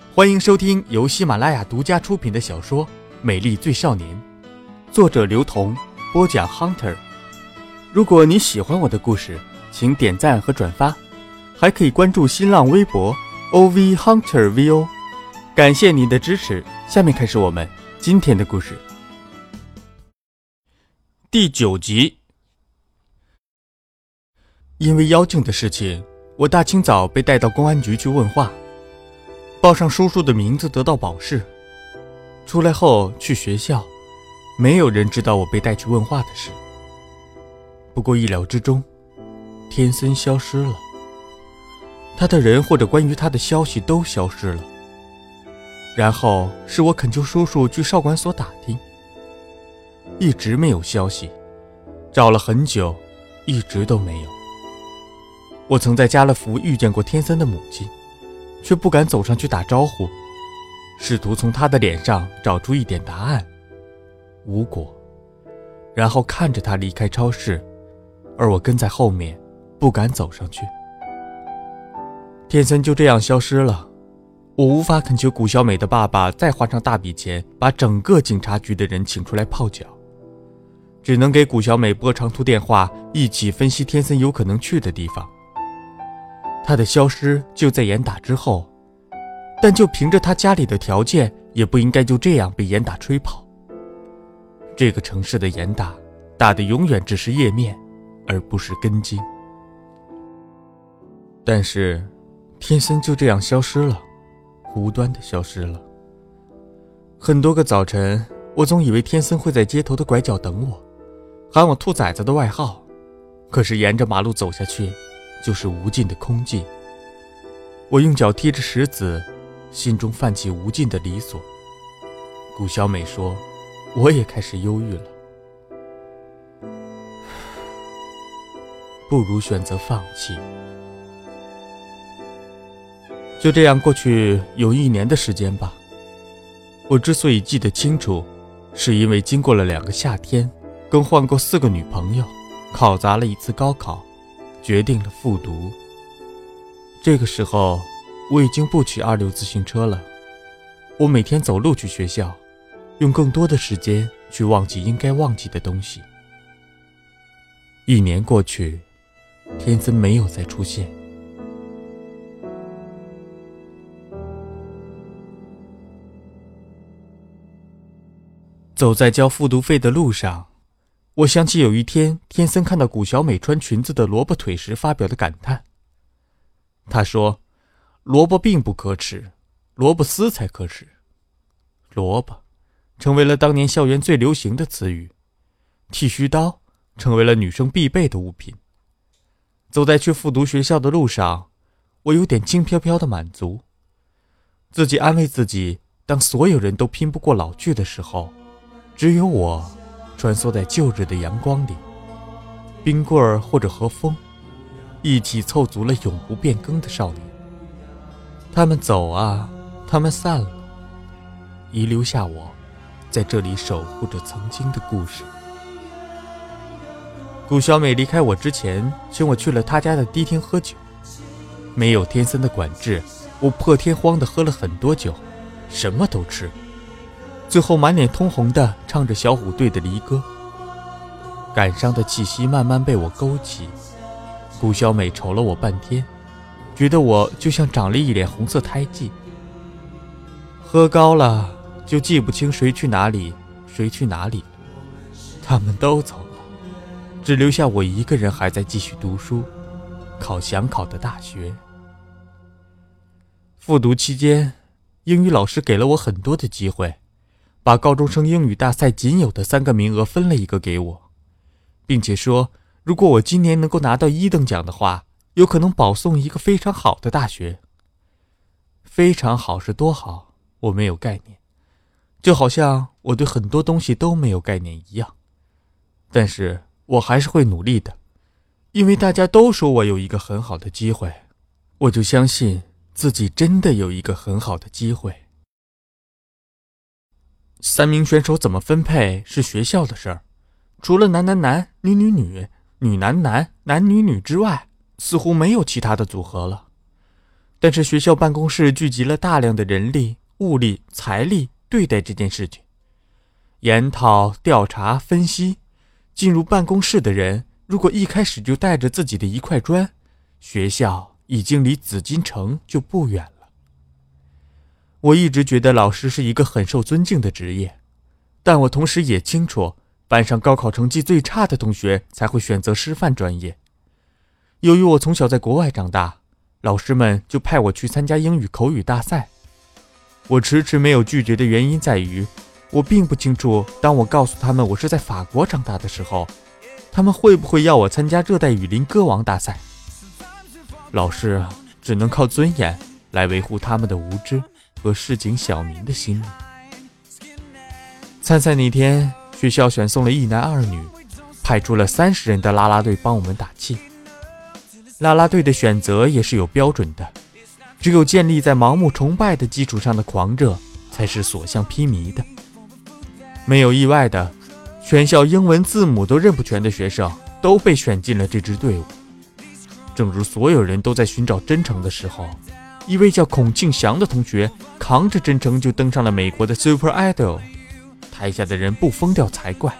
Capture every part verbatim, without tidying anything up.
欢迎收听由喜马拉雅独家出品的小说《美丽最少年》，作者刘同，播讲 Hunter。 如果你喜欢我的故事，请点赞和转发，还可以关注新浪微博 O V Hunter V O。 感谢您的支持，下面开始我们今天的故事。第九集。因为妖精的事情，我大清早被带到公安局去问话，报上叔叔的名字，得到保释。出来后去学校，没有人知道我被带去问话的事。不过意料之中，天森消失了，他的人或者关于他的消息都消失了。然后是我恳求叔叔去少管所打听，一直没有消息，找了很久，一直都没有。我曾在家乐福遇见过天森的母亲，却不敢走上去打招呼，试图从他的脸上找出一点答案，无果。然后看着他离开超市，而我跟在后面，不敢走上去。天森就这样消失了。我无法恳求谷小美的爸爸再花上大笔钱把整个警察局的人请出来泡脚，只能给谷小美拨长途电话，一起分析天森有可能去的地方。他的消失就在严打之后，但就凭着他家里的条件，也不应该就这样被严打吹跑。这个城市的严打打的永远只是叶面，而不是根茎。但是天森就这样消失了，无端的消失了。很多个早晨，我总以为天森会在街头的拐角等我，喊我兔崽子的外号，可是沿着马路走下去，就是无尽的空寂。我用脚踢着石子，心中泛起无尽的离索。谷小美说，我也开始忧郁了。不如选择放弃。就这样过去有一年的时间吧。我之所以记得清楚，是因为经过了两个夏天，更换过四个女朋友，考砸了一次高考，决定了复读。这个时候我已经不骑二六自行车了，我每天走路去学校，用更多的时间去忘记应该忘记的东西。一年过去，天森没有再出现。走在交复读费的路上，我想起有一天天森看到谷小美穿裙子的萝卜腿时发表的感叹。他说，萝卜并不可耻，萝卜丝才可耻。萝卜成为了当年校园最流行的词语，剃须刀成为了女生必备的物品。走在去复读学校的路上，我有点轻飘飘的满足，自己安慰自己，当所有人都拼不过老去的时候，只有我穿梭在旧日的阳光里，冰棍儿或者和风一起凑足了永不变更的少年。他们走啊，他们散了，遗留下我在这里守护着曾经的故事。谷小美离开我之前，请我去了她家的迪厅喝酒。没有天森的管制，我破天荒地喝了很多酒，什么都吃，最后满脸通红地唱着小虎队的离歌。感伤的气息慢慢被我勾起，谷小美瞅了我半天，觉得我就像长了一脸红色胎记。喝高了就记不清谁去哪里，谁去哪里了，他们都走了，只留下我一个人还在继续读书，考想考的大学。复读期间，英语老师给了我很多的机会，把高中生英语大赛仅有的三个名额分了一个给我，并且说如果我今年能够拿到一等奖的话，有可能保送一个非常好的大学。非常好是多好，我没有概念，就好像我对很多东西都没有概念一样。但是我还是会努力的，因为大家都说我有一个很好的机会，我就相信自己真的有一个很好的机会。三名选手怎么分配是学校的事儿，除了男男男、女女女、女男男、男女女之外，似乎没有其他的组合了。 但是学校办公室聚集了大量的人力、物力、财力对待这件事情。研讨、调查、分析，进入办公室的人如果一开始就带着自己的一块砖，学校已经离紫禁城就不远了。我一直觉得老师是一个很受尊敬的职业，但我同时也清楚，班上高考成绩最差的同学才会选择师范专业。由于我从小在国外长大，老师们就派我去参加英语口语大赛。我迟迟没有拒绝的原因在于，我并不清楚当我告诉他们我是在法国长大的时候，他们会不会要我参加热带雨林歌王大赛。老师只能靠尊严来维护他们的无知和市井小民的心理。参赛那天，学校选送了一男二女，派出了三十人的啦啦队帮我们打气。啦啦队的选择也是有标准的，只有建立在盲目崇拜的基础上的狂热才是所向披靡的。没有意外的，全校英文字母都认不全的学生都被选进了这支队伍。正如所有人都在寻找真诚的时候，一位叫孔庆祥的同学扛着真诚就登上了美国的 Super Idol， 台下的人不疯掉才怪。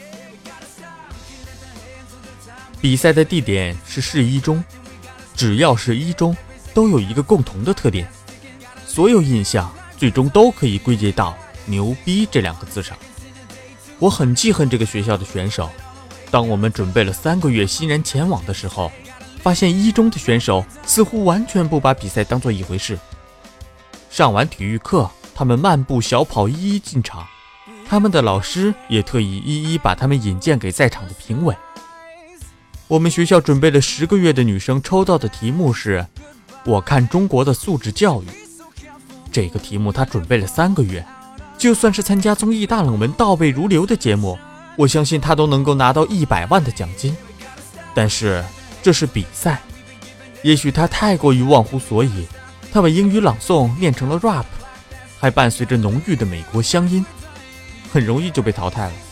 比赛的地点是市一中，只要是一中都有一个共同的特点，所有印象最终都可以归结到牛逼这两个字上。我很记恨这个学校的选手，当我们准备了三个月欣然前往的时候，发现一中的选手似乎完全不把比赛当作一回事。上完体育课，他们慢步小跑一一进场，他们的老师也特意一一把他们引荐给在场的评委。我们学校准备了十个月的女生抽到的题目是我看中国的素质教育。这个题目她准备了三个月，就算是参加综艺大冷门倒背如流的节目，我相信她都能够拿到一百万的奖金。但是这是比赛，也许她太过于忘乎所以，她把英语朗诵练成了 rap， 还伴随着浓郁的美国乡音，很容易就被淘汰了。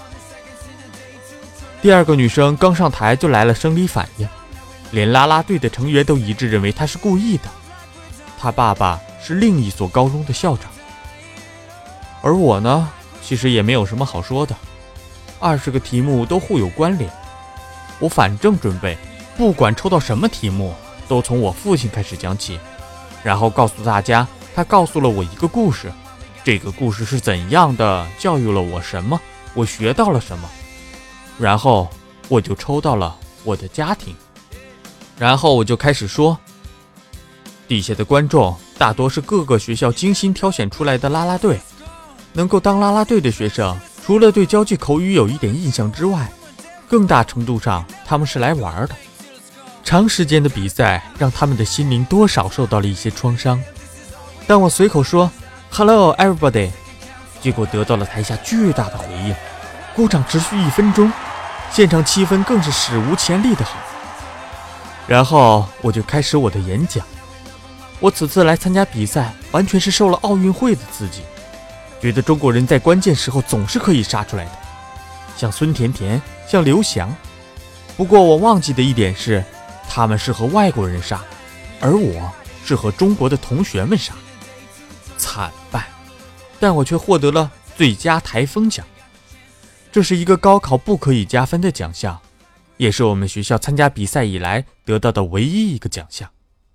第二个女生刚上台就来了生理反应，连啦啦队的成员都一致认为她是故意的。她爸爸是另一所高中的校长。而我呢，其实也没有什么好说的，二十个题目都互有关联。我反正准备，不管抽到什么题目，都从我父亲开始讲起，然后告诉大家，他告诉了我一个故事，这个故事是怎样的，教育了我什么，我学到了什么。然后我就抽到了我的家庭，然后我就开始说，底下的观众大多是各个学校精心挑选出来的啦啦队，能够当啦啦队的学生，除了对交际口语有一点印象之外，更大程度上他们是来玩的。长时间的比赛让他们的心灵多少受到了一些创伤。当我随口说 Hello everybody， 结果得到了台下巨大的回应，鼓掌持续一分钟，现场气氛更是史无前例的好。然后我就开始我的演讲。我此次来参加比赛，完全是受了奥运会的刺激，觉得中国人在关键时候总是可以杀出来的，像孙甜甜，像刘翔。不过我忘记的一点是，他们是和外国人杀，而我是和中国的同学们杀。惨败，但我却获得了最佳台风奖。这是一个高考不可以加分的奖项，也是我们学校参加比赛以来得到的唯一一个奖项。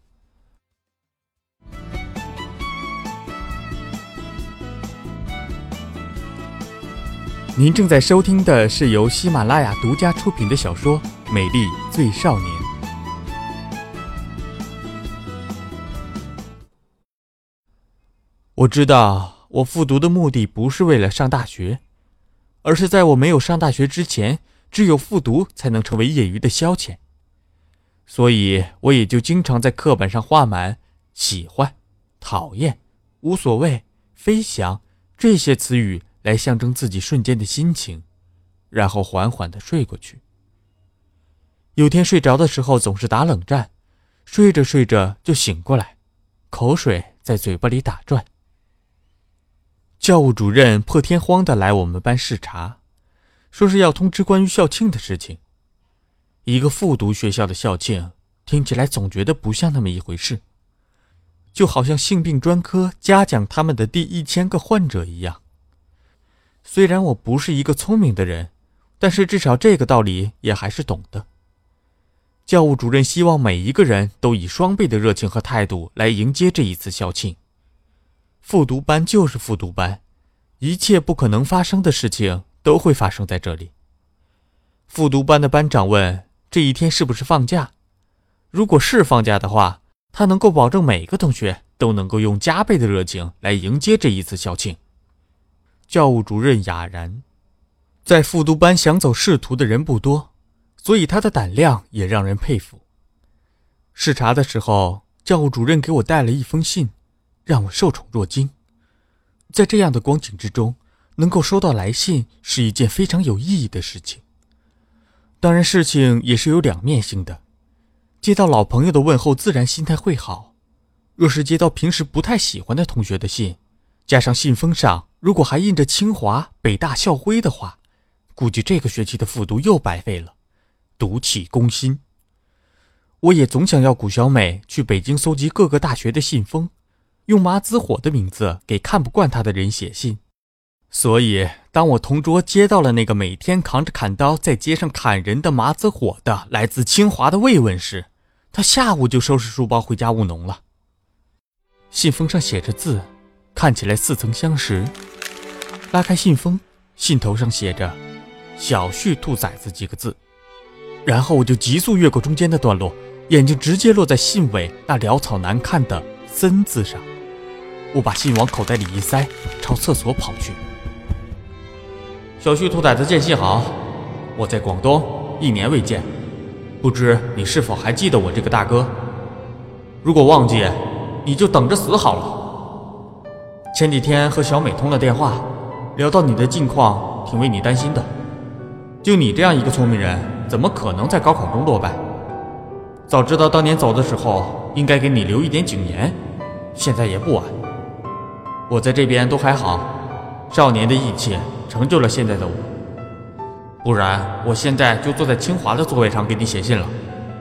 您正在收听的是由喜马拉雅独家出品的小说《美丽最少年》。我知道我复读的目的不是为了上大学，而是在我没有上大学之前，只有复读才能成为业余的消遣。所以我也就经常在课本上画满喜欢、讨厌、无所谓、飞翔这些词语来象征自己瞬间的心情，然后缓缓地睡过去。有天睡着的时候总是打冷战，睡着睡着就醒过来，口水在嘴巴里打转。教务主任破天荒地来我们班视察，说是要通知关于校庆的事情。一个复读学校的校庆听起来总觉得不像那么一回事， 就好像性病专科嘉奖他们的第一千个患者一样。虽然我不是一个聪明的人，但是至少这个道理也还是懂的。教务主任希望每一个人都以双倍的热情和态度来迎接这一次校庆。复读班就是复读班，一切不可能发生的事情都会发生在这里。复读班的班长问，这一天是不是放假？如果是放假的话，他能够保证每个同学都能够用加倍的热情来迎接这一次校庆。教务主任哑然。在复读班想走仕途的人不多，所以他的胆量也让人佩服。视察的时候，教务主任给我带了一封信，让我受宠若惊。在这样的光景之中，能够收到来信是一件非常有意义的事情。当然，事情也是有两面性的。接到老朋友的问候，自然心态会好。若是接到平时不太喜欢的同学的信，加上信封上如果还印着清华、北大校徽的话，估计这个学期的复读又白费了，毒气攻心。我也总想要谷小美去北京搜集各个大学的信封，用马子火的名字给看不惯她的人写信。所以当我同桌接到了那个每天扛着砍刀在街上砍人的马子火的来自清华的慰问时，他下午就收拾书包回家务农了。信封上写着字，看起来似曾相识。拉开信封，信头上写着小旭兔崽子几个字，然后我就急速越过中间的段落，眼睛直接落在信尾那潦草难看的森字上。我把信往口袋里一塞，朝厕所跑去。小旭兔崽子见信好，我在广东一年未见，不知你是否还记得我这个大哥？如果忘记，你就等着死好了。前几天和小美通了电话，聊到你的近况，挺为你担心的。就你这样一个聪明人，怎么可能在高考中落败？早知道当年走的时候，应该给你留一点警言，现在也不晚。我在这边都还好，少年的义气成就了现在的我，不然我现在就坐在清华的座位上给你写信了。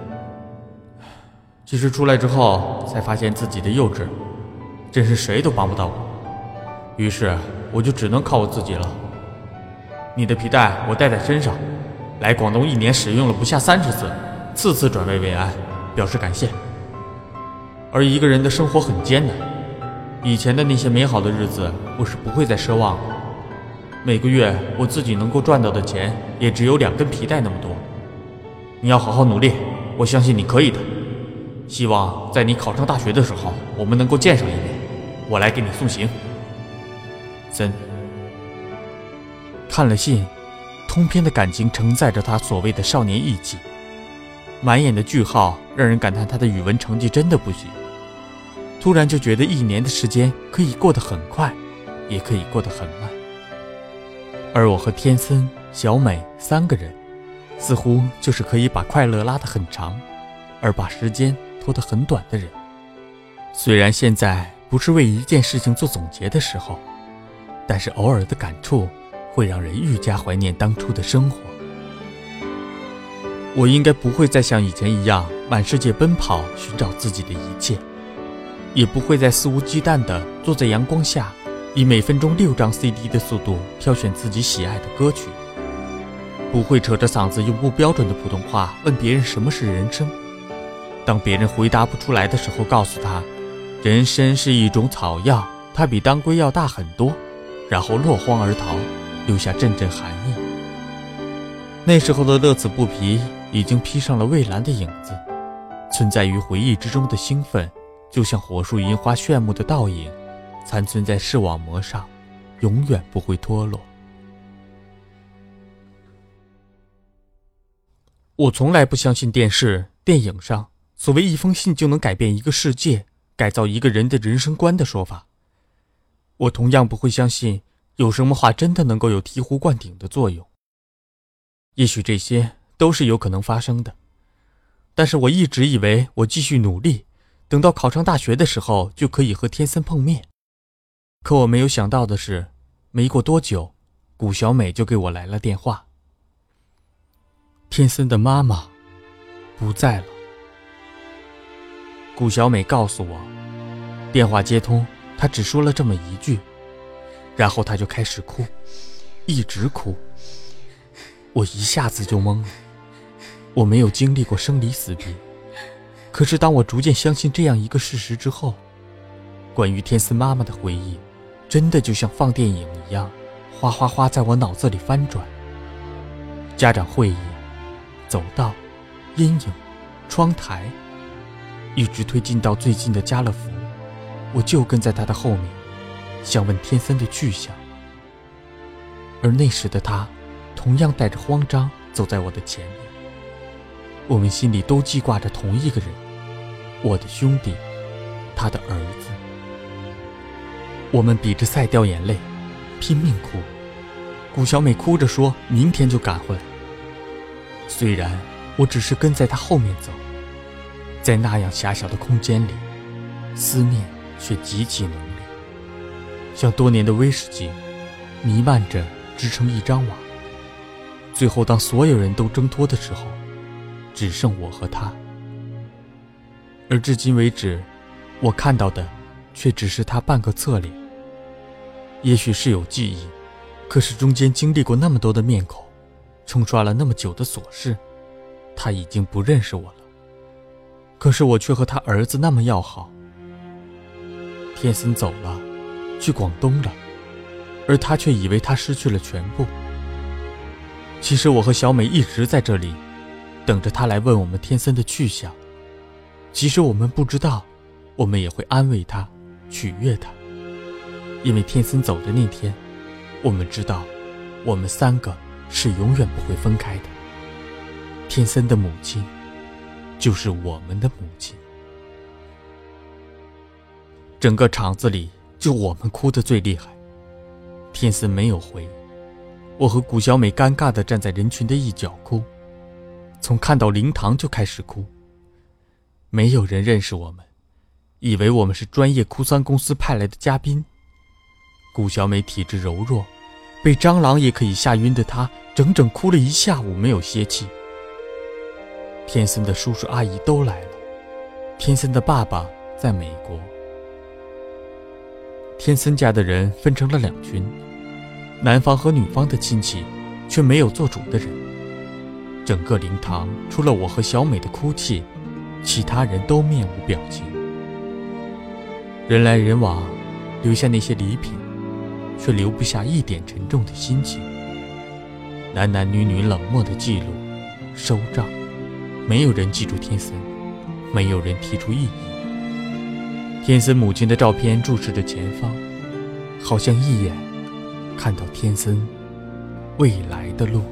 其实出来之后才发现自己的幼稚，真是谁都帮不到我，于是我就只能靠我自己了。你的皮带我带在身上，来广东一年使用了不下三十次，次次转危为安，表示感谢。而一个人的生活很艰难，以前的那些美好的日子我是不会再奢望的。每个月我自己能够赚到的钱也只有两根皮带那么多。你要好好努力，我相信你可以的。希望在你考上大学的时候，我们能够见上一面，我来给你送行。森。看了信，通篇的感情承载着他所谓的少年义气，满眼的句号让人感叹他的语文成绩真的不行。突然就觉得一年的时间可以过得很快，也可以过得很慢。而我和天森、小美三个人，似乎就是可以把快乐拉得很长，而把时间拖得很短的人。虽然现在不是为一件事情做总结的时候，但是偶尔的感触会让人愈加怀念当初的生活。我应该不会再像以前一样满世界奔跑寻找自己的一切，也不会再肆无忌惮地坐在阳光下，以每分钟六张 C D 的速度挑选自己喜爱的歌曲，不会扯着嗓子用不标准的普通话问别人什么是人生。当别人回答不出来的时候，告诉他人参是一种草药，它比当归要大很多，然后落荒而逃，留下阵阵寒意。那时候的乐此不疲已经披上了蔚蓝的影子，存在于回忆之中的兴奋就像火树银花炫目的倒影，残存在视网膜上，永远不会脱落。我从来不相信电视、电影上所谓一封信就能改变一个世界，改造一个人的人生观的说法。我同样不会相信有什么话真的能够有醍醐灌顶的作用。也许这些都是有可能发生的，但是我一直以为我继续努力，等到考上大学的时候就可以和天森碰面。可我没有想到的是，没过多久，谷小美就给我来了电话。天森的妈妈不在了。谷小美告诉我， 电话接通，他只说了这么一句，然后他就开始哭，一直哭。我一下子就懵了。我没有经历过生离死别，可是当我逐渐相信这样一个事实之后，关于天森妈妈的回忆真的就像放电影一样，哗哗哗在我脑子里翻转。家长会议、走道、阴影、窗台，一直推进到最近的家乐福，我就跟在他的后面，想问天森的去向。而那时的他同样带着慌张走在我的前面。我们心里都记挂着同一个人，我的兄弟，他的儿子。我们比着赛掉眼泪，拼命哭。谷小美哭着说明天就赶回来。虽然我只是跟在她后面走，在那样狭小的空间里，思念却极其浓烈，像多年的威士忌弥漫着支撑一张瓦。最后当所有人都挣脱的时候，只剩我和他。而至今为止，我看到的却只是他半个侧脸。也许是有记忆，可是中间经历过那么多的面孔，冲刷了那么久的琐事，他已经不认识我了。可是我却和他儿子那么要好。天森走了，去广东了，而他却以为他失去了全部。其实我和小美一直在这里等着他来问我们天森的去向。即使我们不知道，我们也会安慰他，取悦他。因为天森走的那天，我们知道我们三个是永远不会分开的。天森的母亲就是我们的母亲。整个场子里就我们哭得最厉害。天森没有回，我和谷小美尴尬地站在人群的一角哭，从看到灵堂就开始哭。没有人认识我们，以为我们是专业哭丧公司派来的嘉宾。谷小美体质柔弱，被蟑螂也可以吓晕的她，整整哭了一下午没有歇气。天森的叔叔阿姨都来了，天森的爸爸在美国。天森家的人分成了两群，男方和女方的亲戚却没有做主的人。整个灵堂除了我和小美的哭泣，其他人都面无表情。人来人往，留下那些礼品，却留不下一点沉重的心情。男男女女冷漠的记录、收账，没有人记住天森，没有人提出异议。天森母亲的照片注视着前方，好像一眼看到天森未来的路。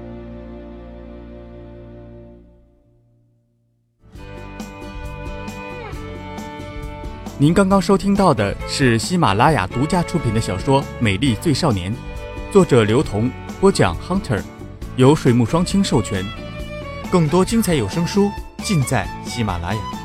您刚刚收听到的是喜马拉雅独家出品的小说《美丽最少年》，作者刘同，播讲 Hunter， 由水木双清授权。更多精彩有声书尽在喜马拉雅。